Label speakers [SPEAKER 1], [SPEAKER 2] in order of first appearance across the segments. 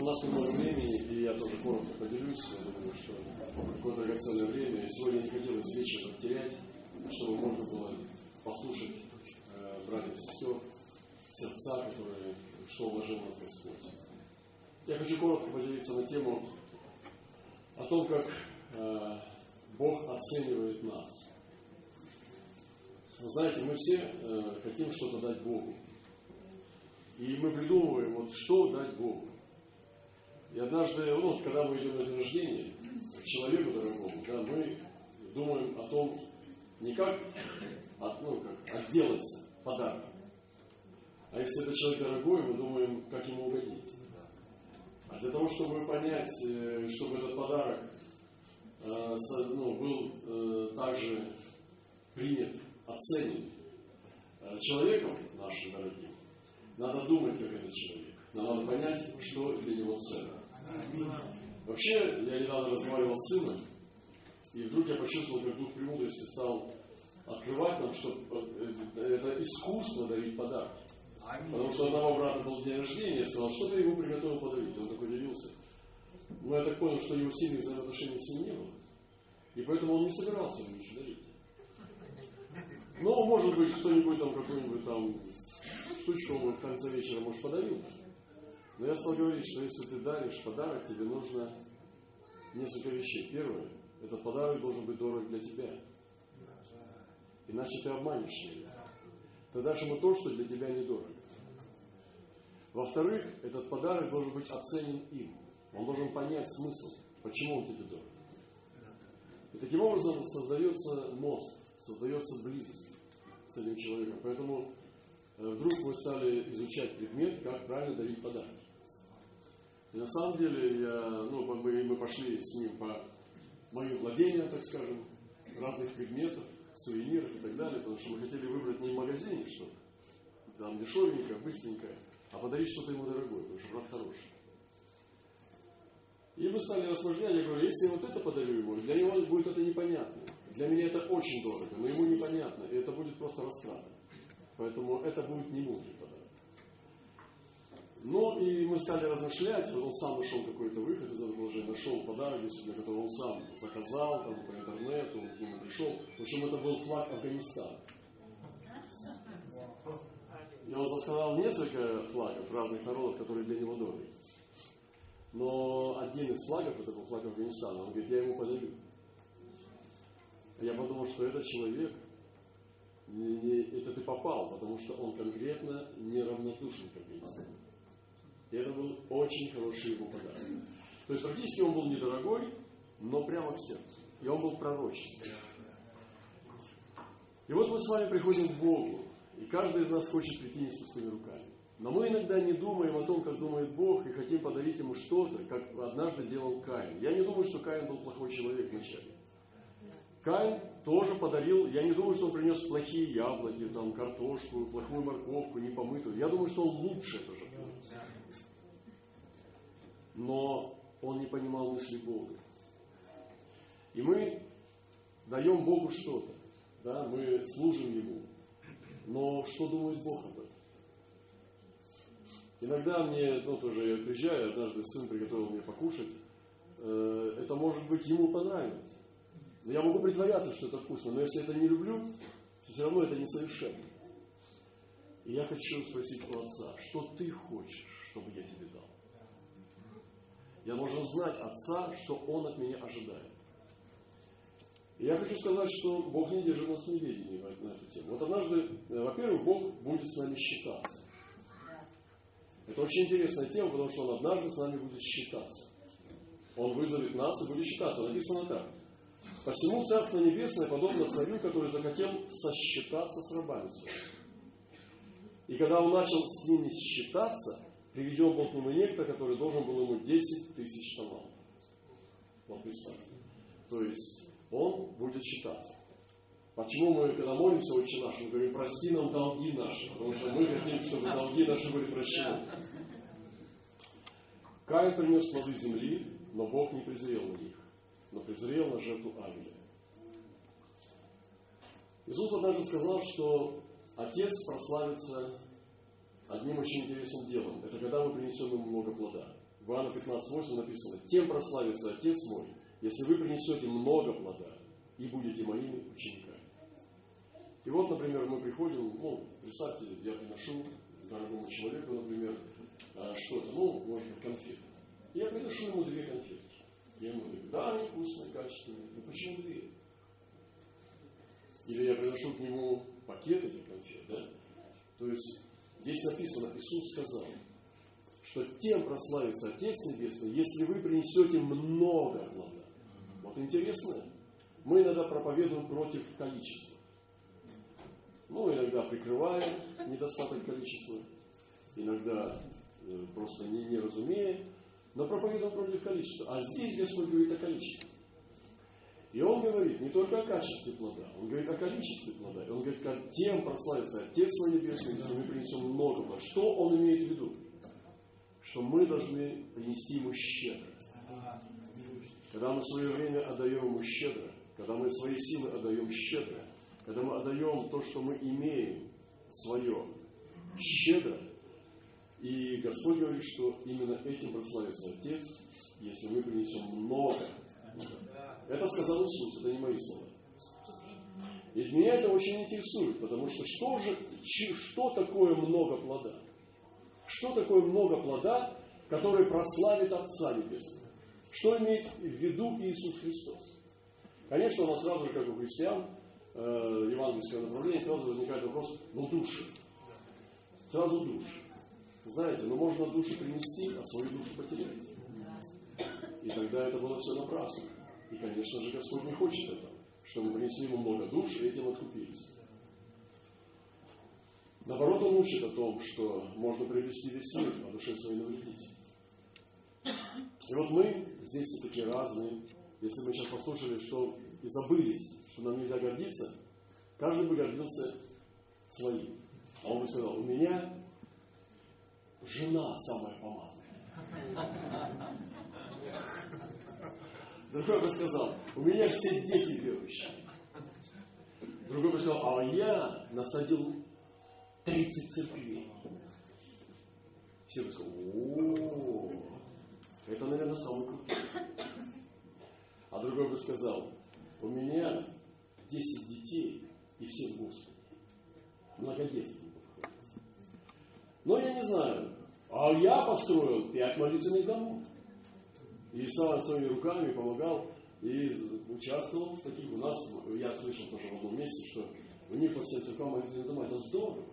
[SPEAKER 1] У нас немного времени, и я тоже коротко поделюсь. Я думаю, что такое драгоценное время. Сегодня не хотелось вечер терять, чтобы можно было послушать братьев и сестер, сердца, которые, что вложил в нас Господь. Я хочу коротко поделиться на тему о том, как Бог оценивает нас. Вы знаете, мы все хотим что-то дать Богу. И мы придумываем, вот что дать Богу. И однажды, когда мы идем на день рождения, к человеку дорогому, да, мы думаем о том, не как отделаться подарком, а если это человек дорогой, мы думаем, как ему угодить. А для того, чтобы понять, чтобы этот подарок был также принят, оценен человеком нашим дорогим, надо думать, как этот человек. Нам надо понять, что для него ценно. Вообще, я недавно разговаривал с сыном, и вдруг я почувствовал, как Дух премудрости стал открывать нам, что это искусство дарить подарки. Потому что одного брата был день рождения, я сказал, что ты ему приготовил подарить? Он такой удивился. Но я так понял, что у него сильных взаимоотношений с ним не было. И поэтому он не собирался ему ничего дарить. Но, может быть, кто-нибудь там, какую-нибудь там штучку он в конце вечера, может, подарил. Но я стал говорить, что если ты даришь подарок, тебе нужно несколько вещей. Первое, этот подарок должен быть дорог для тебя. Иначе ты обманешь его. Ты дашь ему то, что для тебя недорого. Во-вторых, этот подарок должен быть оценен им. Он должен понять смысл, почему он тебе дорог. И таким образом создается мост, создается близость с этим человеком. Поэтому вдруг мы стали изучать предмет, как правильно дарить подарки. И на самом деле мы пошли с ним по моим владениям, так скажем, разных предметов, сувениров и так далее, потому что мы хотели выбрать не в магазине что-то, там дешевенькое, быстренькое, а подарить что-то ему дорогое, потому что брат хороший. И мы стали рассуждать, я говорю, если я вот это подарю ему, для него будет это непонятно. Для меня это очень дорого, но ему непонятно, и это будет просто растрата. Поэтому это будет не мудрый подарок. Ну, и мы стали размышлять, вот он сам нашел какой-то выход из этого положения, нашел подарок, для которого он сам заказал, там, по интернету, он к нему пришел. В общем, это был флаг Афганистана. И он заказал несколько флагов разных народов, которые для него дороги. Но один из флагов, это был флаг Афганистана, он говорит, я ему подарю. Я подумал, что этот человек, это ты попал, потому что он конкретно неравнодушен к Афганистану. И это был очень хороший его подарок. То есть практически он был недорогой, но прямо к сердцу. И он был пророческий. И вот мы с вами приходим к Богу. И каждый из нас хочет прийти не с пустыми руками. Но мы иногда не думаем о том, как думает Бог, и хотим подарить ему что-то, как однажды делал Каин. Я не думаю, что Каин был плохой человек вначале. Каин тоже подарил, я не думаю, что он принес плохие яблоки, там, картошку, плохую морковку, непомытую. Я думаю, что он лучше тоже принес. Но он не понимал мысли Бога. И мы даем Богу что-то, да, мы служим Ему. Но что думает Бог об этом? Иногда мне, тоже я приезжаю, однажды сын приготовил мне покушать, это может быть ему понравится. Но я могу притворяться, что это вкусно, но если это не люблю, то все равно это несовершенно. И я хочу спросить у Отца, что ты хочешь, чтобы я тебе дал? Я должен знать Отца, что Он от меня ожидает. И я хочу сказать, что Бог не держит нас в неведении на эту тему. Вот однажды, во-первых, Бог будет с нами считаться. Это очень интересная тема, потому что Он однажды с нами будет считаться. Он вызовет нас и будет считаться. Написано так. Посему Царство Небесное подобно царю, который захотел сосчитаться с рабами своими. И когда он начал с ними считаться, приведен был к нему некто, который должен был ему 10 тысяч талантов. Вот представьте. То есть он будет считаться. Почему мы, когда молимся Отче наш, мы говорим, прости нам долги наши, потому что мы хотим, чтобы долги наши были прощены. Каин принес плоды земли, но Бог не презрел на них, но презрел на жертву Авеля. Иисус однажды сказал, что Отец прославится одним очень интересным делом. Это когда мы принесем ему много плода. В Иоанна 15:8 написано: «Тем прославится Отец мой, если вы принесете много плода и будете моими учениками». И вот, например, мы приходим, представьте, я приношу дорогому человеку, например, что-то, может быть, конфеты. Я приношу ему 2 конфеты. Я ему говорю: да, они вкусные, качественные, но почему 2? Или я приношу к нему пакет этих конфет, да? То есть, здесь написано, Иисус сказал, что тем прославится Отец Небесный, если вы принесете много плода. Вот интересно, мы иногда проповедуем против количества. Иногда прикрываем недостаток количества, иногда просто не разумея, но проповедуем против количества. А здесь Господь говорит о количестве. И Он говорит не только о качестве плода, Он говорит о количестве плода. И Он говорит, как тем прославится Отец свой Небесный, если мы принесем много плода. Что Он имеет в виду? Что мы должны принести Ему щедро. Когда мы свое время отдаем Ему щедро, когда мы свои силы отдаем щедро, когда мы отдаем то, что мы имеем, свое, щедро, и Господь говорит, что именно этим прославится Отец, если мы принесем много. Это сказал Иисус, это не мои слова. И меня это очень интересует, потому что что такое много плода? Что такое много плода, который прославит Отца Небесного? Что имеет в виду Иисус Христос? Конечно, у нас сразу же, как у христиан, евангельского направления, сразу возникает вопрос, души. Сразу души. Знаете, можно души принести, а свою душу потерять. И тогда это было все напрасно. И, конечно же, Господь не хочет этого, чтобы мы принесли Ему много душ и этим откупились. Наоборот, Он учит о том, что можно приобрести весь мир, а душе своей навредить. И вот мы здесь все такие разные. Если мы сейчас послушали, что и забылись, что нам нельзя гордиться, каждый бы гордился своим. А он бы сказал: у меня жена самая помазанная. Другой бы сказал: у меня все дети верующие. Другой бы сказал: а я насадил 30 церквей. Все бы сказали: о, это, наверное, самый крутой. А другой бы сказал: у меня 10 детей и все в Господе. Многодетственно подходит. Но я не знаю. А я построил 5 молитвенных домов. И сам своими руками помогал и участвовал в таких. У нас, я слышал тоже в одном месте, что у них по всем церквам молитвенные дома. Это здорово.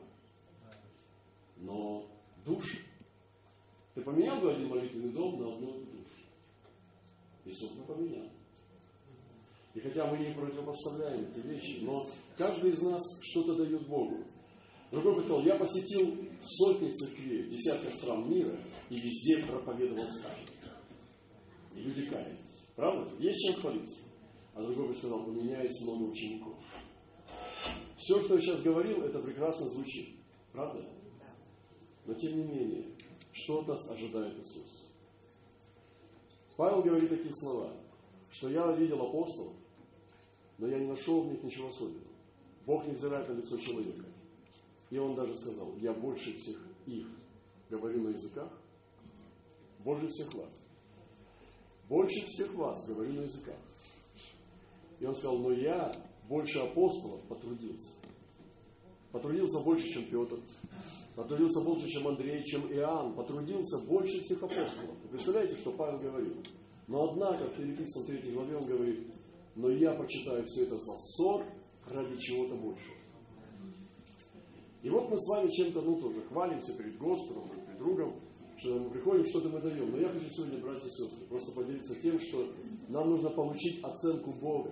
[SPEAKER 1] Но души. Ты поменял бы один молитвенный дом на одну душу? Иисус не поменял. И хотя мы не противопоставляем эти вещи, но каждый из нас что-то дает Богу. Другой бы сказал: я посетил сотни церквей в десятках стран мира и везде проповедовал скажем. И люди каялись. Правда? Есть чем хвалиться. А другой бы сказал: у меня есть много учеников. Все, что я сейчас говорил, это прекрасно звучит. Правда? Но тем не менее, что от нас ожидает Иисус? Павел говорит такие слова, что я видел апостолов, но я не нашел в них ничего особенного. Бог не взирает на лицо человека. И он даже сказал: я больше всех их говорю на языках, больше всех вас. Больше всех вас говорю на языках. И он сказал: но я больше апостолов потрудился. Потрудился больше, чем Петр. Потрудился больше, чем Андрей, чем Иоанн. Потрудился больше всех апостолов. Вы представляете, что Павел говорит? Но однако в Филиппийцам 3 главе он говорит: но я почитаю все это за ссор ради чего-то большего. И вот мы с вами чем-то, тоже хвалимся перед Господом, друг перед другом, что мы приходим, что-то мы даем. Но я хочу сегодня, братья и сестры, просто поделиться тем, что нам нужно получить оценку Бога.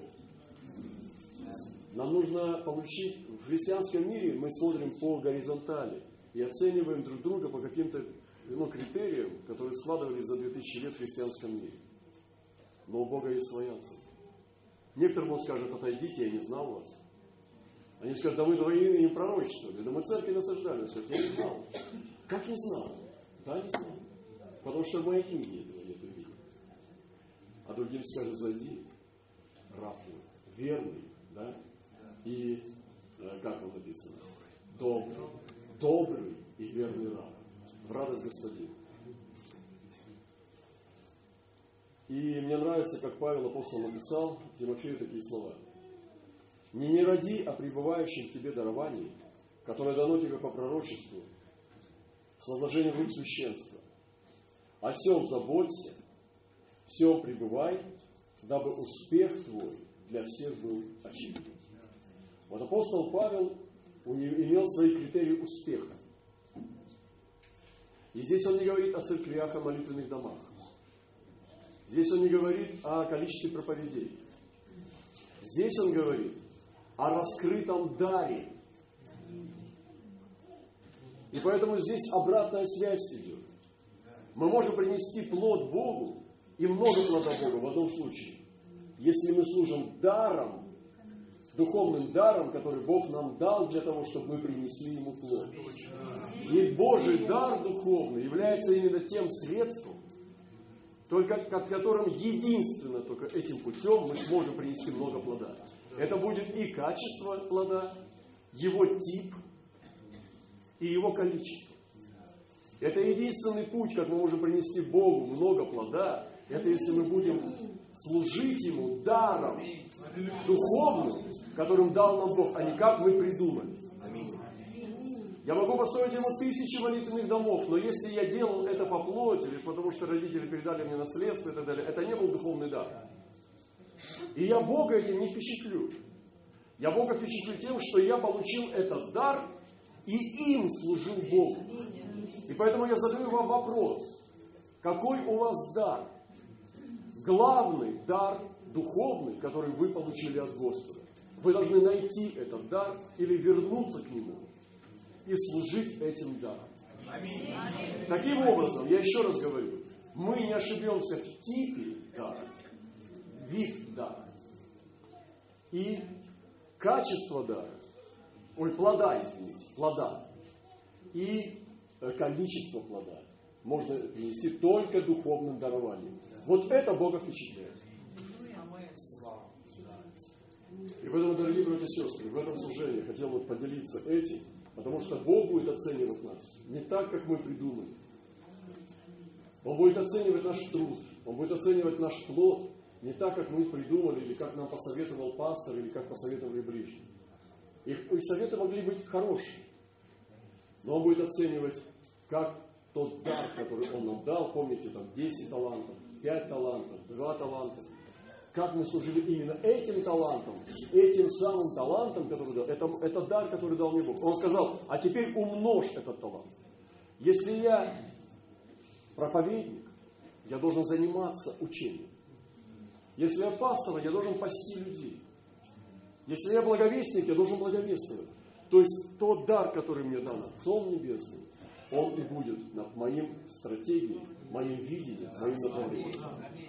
[SPEAKER 1] Нам нужно получить, в христианском мире мы смотрим по горизонтали и оцениваем друг друга по каким-то критериям, которые складывались за 2000 лет в христианском мире. Но у Бога есть своя оценка. Некоторым он скажет: отойдите, я не знал вас. Они скажут: да вы двоими не пророчествовали, да мы церкви насаждали. Он скажет: я не знал. Как не знал? Да, не знал. Потому что в моей книге этого нет увидел. А другим скажет: зайди, раб мой, верный, да? И, как он написано? Добрый и верный раб. В радость Господину. И мне нравится, как Павел апостол написал Тимофею такие слова. Не роди о пребывающем в тебе даровании, которое дано тебе по пророчеству, с возложением рук священства. О сем заботься, всем пребывай, дабы успех твой для всех был очевиден. Вот апостол Павел имел свои критерии успеха. И здесь он не говорит о церквях, о молитвенных домах. Здесь он не говорит о количестве проповедей. Здесь он говорит о раскрытом даре. И поэтому здесь обратная связь идет. Мы можем принести плод Богу и много плода Богу в одном случае, если мы служим даром, духовным даром, который Бог нам дал для того, чтобы мы принесли Ему плод. И Божий дар духовный является именно тем средством, только от которым единственно только этим путем мы сможем принести много плода. Это будет и качество плода, его тип и его количество. Это единственный путь, как мы можем принести Богу много плода, это если мы будем служить Ему даром духовным, которым дал нам Бог, а не как мы придумали. Я могу построить Ему 1000 молитвенных домов, но если я делал это по плоти, лишь потому что родители передали мне наследство и так далее, это не был духовный дар. И я Бога этим не впечатлю. Я Бога впечатлю тем, что я получил этот дар и им служил Богу. И поэтому я задаю вам вопрос. Какой у вас дар? Главный дар духовный, который вы получили от Господа. Вы должны найти этот дар или вернуться к нему и служить этим даром. Таким образом, я еще раз говорю, мы не ошибемся в типе дара, вид дара и качество дара, плода, и количество плода можно принести только духовным дарованием. Вот это Бога впечатляет. И поэтому, дорогие братья и сестры, в этом служении я хотел бы поделиться этим, потому что Бог будет оценивать нас не так, как мы придумали. Он будет оценивать наш труд, Он будет оценивать наш плод не так, как мы придумали, или как нам посоветовал пастор, или как посоветовали ближние. Их советы могли быть хорошие, но Он будет оценивать, как тот дар, который Он нам дал, помните, там 10 талантов, 5 талантов, 2 таланта, как мы служили именно этим талантом, этим самым талантом, который дал. Это дар, который дал мне Бог. Он сказал, а теперь умножь этот талант. Если я проповедник, я должен заниматься учением. Если я пастор, я должен пасти людей. Если я благовестник, я должен благовествовать. То есть тот дар, который мне дан от Отцом Небесным, он и будет над моим стратегией, моим видением, моим направлением.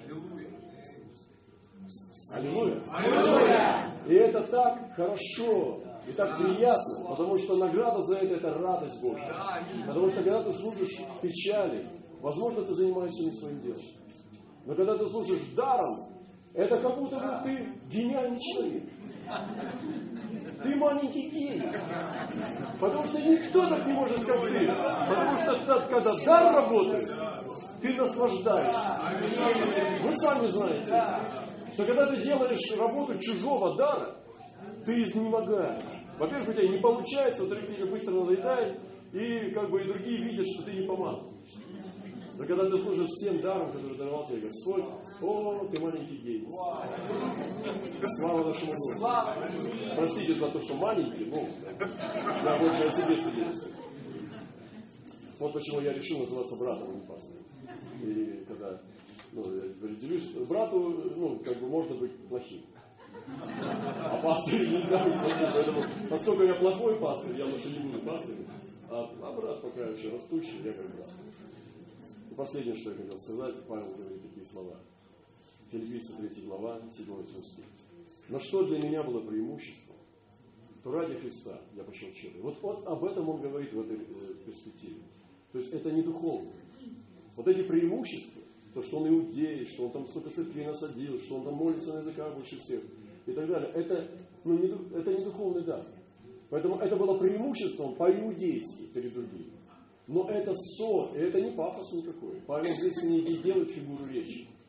[SPEAKER 1] Аллилуйя! Аллилуйя! И это так хорошо, и так приятно, потому что награда за это радость Божья. Потому что когда ты служишь в печали, возможно, ты занимаешься не своим делом. Но когда ты служишь даром, это как будто бы ты гениальный человек. Ты маленький гений. Потому что никто так не может, как ты. Потому что когда дар работает, ты наслаждаешься. Вы сами знаете, что когда ты делаешь работу чужого дара, ты изнемогаешь. Во-первых, у тебя не получается, во-вторых, тебе быстро надоедает, и и другие видят, что ты не помазан. Но когда ты служишь тем даром, который даровал тебе Господь, ты маленький гений. Слава нашему Господу. Простите за то, что маленький, я больше о себе свидетельствую. Вот почему я решил называться братом, а не пастором. И когда я делюсь, брату, можно быть плохим. А пастору нельзя быть плохим. Поэтому, поскольку я плохой пастор, я лучше не буду пастором. А брат пока еще растущий, я как брат. И последнее, что я хотел сказать, Павел говорит такие слова. Филиппийцам 3 глава, 7-8 стих. Но что для меня было преимуществом, то ради Христа я пошел щедрый. Вот об этом он говорит в этой перспективе. То есть это не духовно. Вот эти преимущества, то, что он иудей, что он там столько церквей насадил, что он там молится на языках больше всех и так далее, это не духовный дар. Поэтому это было преимуществом по-иудейски перед другими. Но это ссор, и это не пафос никакой. Павел здесь не делает фигуру речи.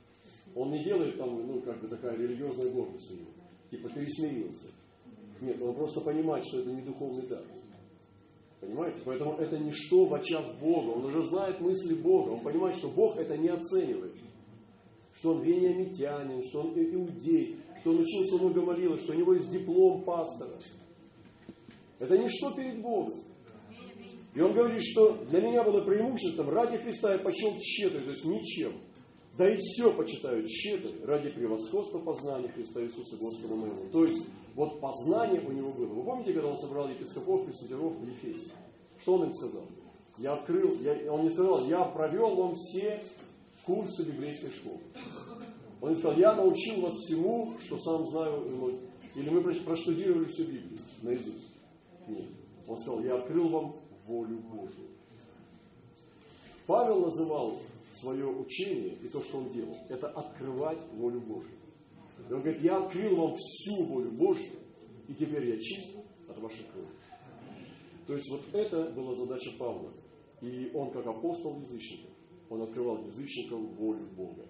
[SPEAKER 1] Он не делает там, такая религиозная гордость у него. Типа, пересмирился. Нет, он просто понимает, что это не духовный дар. Понимаете? Поэтому это ничто в очах Бога. Он уже знает мысли Бога. Он понимает, что Бог это не оценивает. Что он вениамитянин, что он иудей, что он учился много молилок, что у него есть диплом пастора. Это ничто перед Богом. И он говорит, что для меня было преимуществом ради Христа я почел тщетой, то есть ничем. Да и все почитаю тщетой ради превосходства познания Христа Иисуса Господа моего. То есть, вот познание у него было. Вы помните, когда он собрал епископов, пресвитеров в Ефесе? Что он им сказал? Он не сказал, я провел вам все курсы библейской школы. Он сказал, я научил вас всему, что сам знаю, или мы проштудировали всю Библию наизусть. Нет. Он сказал, я открыл вам волю Божию. Павел называл свое учение и то, что он делал, это открывать волю Божию. И он говорит, я открыл вам всю волю Божью, и теперь я чист от вашей крови. То есть вот это была задача Павла. И он, как апостол язычников, он открывал язычникам волю Бога.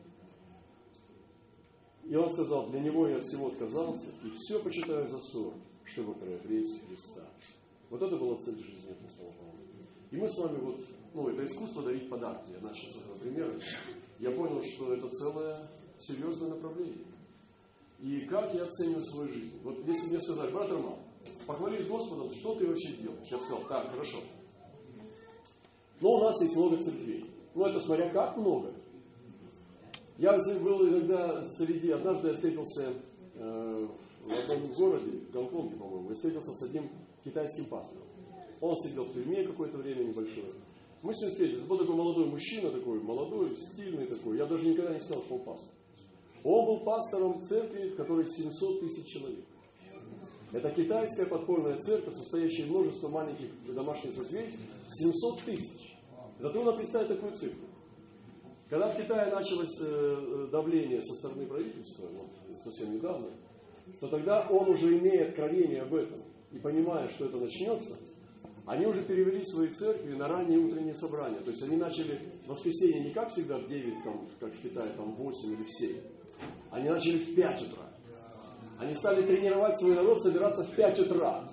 [SPEAKER 1] И он сказал, для него я от всего отказался, и все почитаю за ссор, чтобы приобрести Христа. Вот это была цель жизни апостола Павла. И мы с вами это искусство дарить подарки. Я начал с этого примера. Я понял, что это целое серьезное направление. И как я оцениваю свою жизнь? Вот если мне сказать, брат Роман, похвались Господом, что ты вообще делаешь? Я бы сказал, так, хорошо. Но у нас есть много церквей. Это смотря как много. Я был иногда однажды я встретился в одном городе, в Гонконге, по-моему, я встретился с одним китайским пастором. Он сидел в тюрьме какое-то время небольшое. Мы с ним встретились. Был такой молодой мужчина, молодой, стильный такой. Я даже никогда не сказал, что он пастор. Он был пастором церкви, в которой 700 тысяч человек. Это китайская подпольная церковь, состоящая из множества маленьких домашних церквей. 700 тысяч. Это трудно представить такую цифру. Когда в Китае началось давление со стороны правительства, совсем недавно, то тогда он уже имея откровение об этом и понимая, что это начнется, они уже перевели свои церкви на ранние утренние собрания. То есть они начали в воскресенье не как всегда в 9, как в Китае, в 8 или в 7. Они начали в 5 утра. Они стали тренировать свой народ собираться в 5 утра.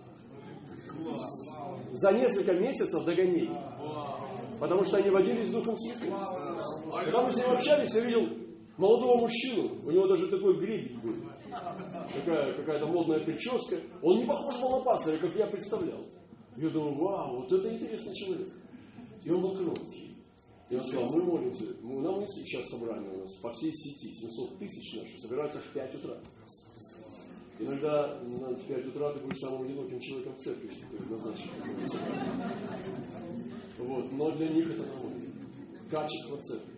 [SPEAKER 1] За несколько месяцев до гонений. Потому что они водились Духом Святым. Когда мы с ним общались, я видел молодого мужчину. У него даже такой гребень был. Какая-то модная прическа. Он не похож был на пастыря, как я представлял. Я думаю, вау, вот это интересный человек. И он был кроткий. И он сказал, мы молимся. У нас сейчас собрание у нас по всей сети. 700 тысяч наши собираются в 5 утра. Иногда в 5 утра ты будешь самым одиноким человеком в церкви, если ты назначишь. Но для них это нормально. Качество церкви.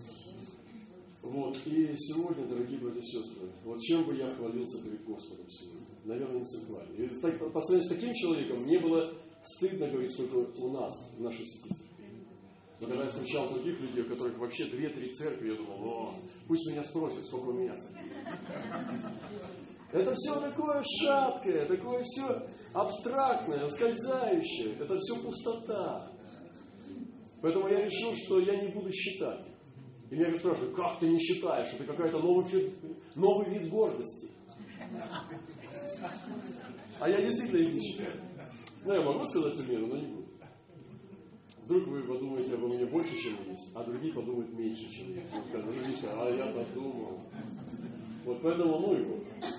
[SPEAKER 1] И сегодня, дорогие братья и сестры, чем бы я хвалился перед Господом сегодня? Наверное, не церквами. И по сравнению с таким человеком мне было стыдно говорить, сколько у нас, в нашей сети церкви. Но когда я встречал других людей, у которых вообще 2-3 церкви, я думал, пусть меня спросят, сколько у меня церкви. Это все такое шаткое, такое все абстрактное, ускользающее. Это все пустота. Поэтому я решил, что я не буду считать. И меня спрашивают, как ты не считаешь? Это какой-то новый вид гордости. А я действительно их не считаю. Я могу сказать примерно, но не буду. Вдруг вы подумаете обо мне больше, чем есть, а другие подумают меньше, чем есть. Другие скажут, а я так думал. Поэтому его.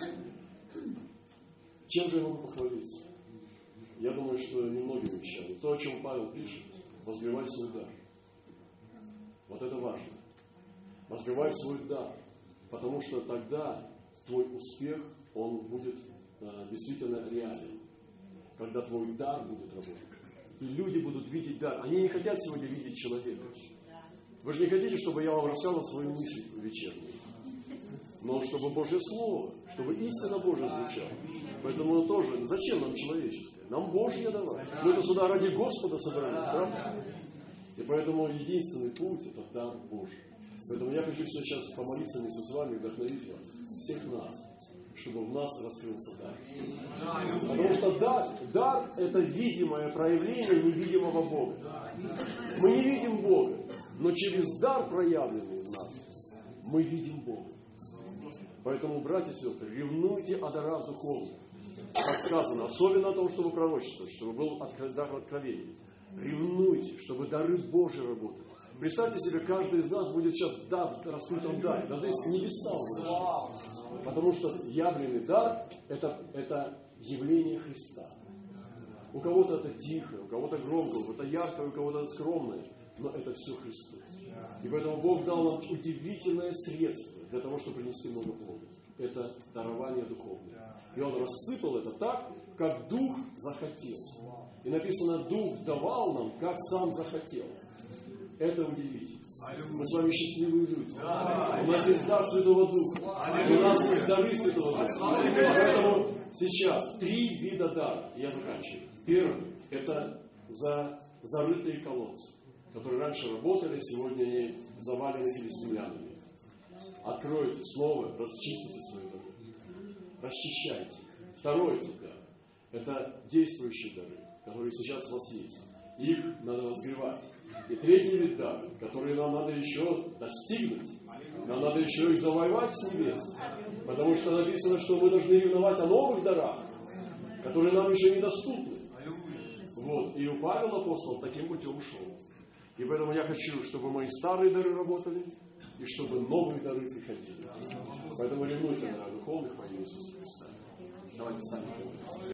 [SPEAKER 1] Чем же я могу похвалиться? Я думаю, что немногими вещами. То, о чем Павел пишет, возгревай свой дар. Вот это важно. Возгревай свой дар. Потому что тогда твой успех, он будет действительно реален. Когда твой дар будет работать. И люди будут видеть дар. Они не хотят сегодня видеть человека. Вы же не хотите, чтобы я вам рассказывал свои мысли вечерние. Но чтобы Божье Слово, чтобы истина Божья звучала. Поэтому тоже, зачем нам человеческое? Нам Божье давай. Мы это сюда ради Господа собрались, правда? И поэтому единственный путь – это дар Божий. Поэтому я хочу сейчас помолиться вместе с вами, вдохновить вас, всех нас, чтобы в нас раскрылся дар. Потому что дар – это видимое проявление невидимого Бога. Мы не видим Бога, но через дар, проявленный в нас, мы видим Бога. Поэтому, братья и сестры, ревнуйте о дарах духовных. Как сказано, особенно о том, чтобы пророчествовать, чтобы был дар откровения. Ревнуйте, чтобы дары Божьи работали. Представьте себе, каждый из нас будет сейчас в раскрытом даре. Да здесь небеса уже. Потому что явленный дар – это явление Христа. У кого-то это тихо, у кого-то громко, у кого-то ярко, у кого-то скромное. Но это все Христос. И поэтому Бог дал нам удивительное средство для того, чтобы принести много плода. Это дарование духовное. И Он рассыпал это так, как Дух захотел. И написано, Дух давал нам, как Сам захотел. Это удивительно. Мы с вами счастливые люди. У нас есть дар Святого Духа. У нас есть дары Святого Духа. Поэтому сейчас 3 вида дара. Я заканчиваю. Первый – это зарытые колодцы, которые раньше работали, а сегодня они завалены филистимлянами. Откройте Слово, расчистите свои дары. Расчищайте. Второй тип дар – это действующие дары, которые сейчас у вас есть. Их надо возгревать. И третий вид дар, который нам надо еще достигнуть. Нам надо еще их завоевать с небес. Потому что написано, что мы должны ревновать о новых дарах, которые нам еще недоступны. Вот. И у Павла апостол таким путем шел. И поэтому я хочу, чтобы мои старые дары работали, и чтобы новые дары приходили. Поэтому ревнуйте на духовных во имя Иисуса Христа. Давайте станем.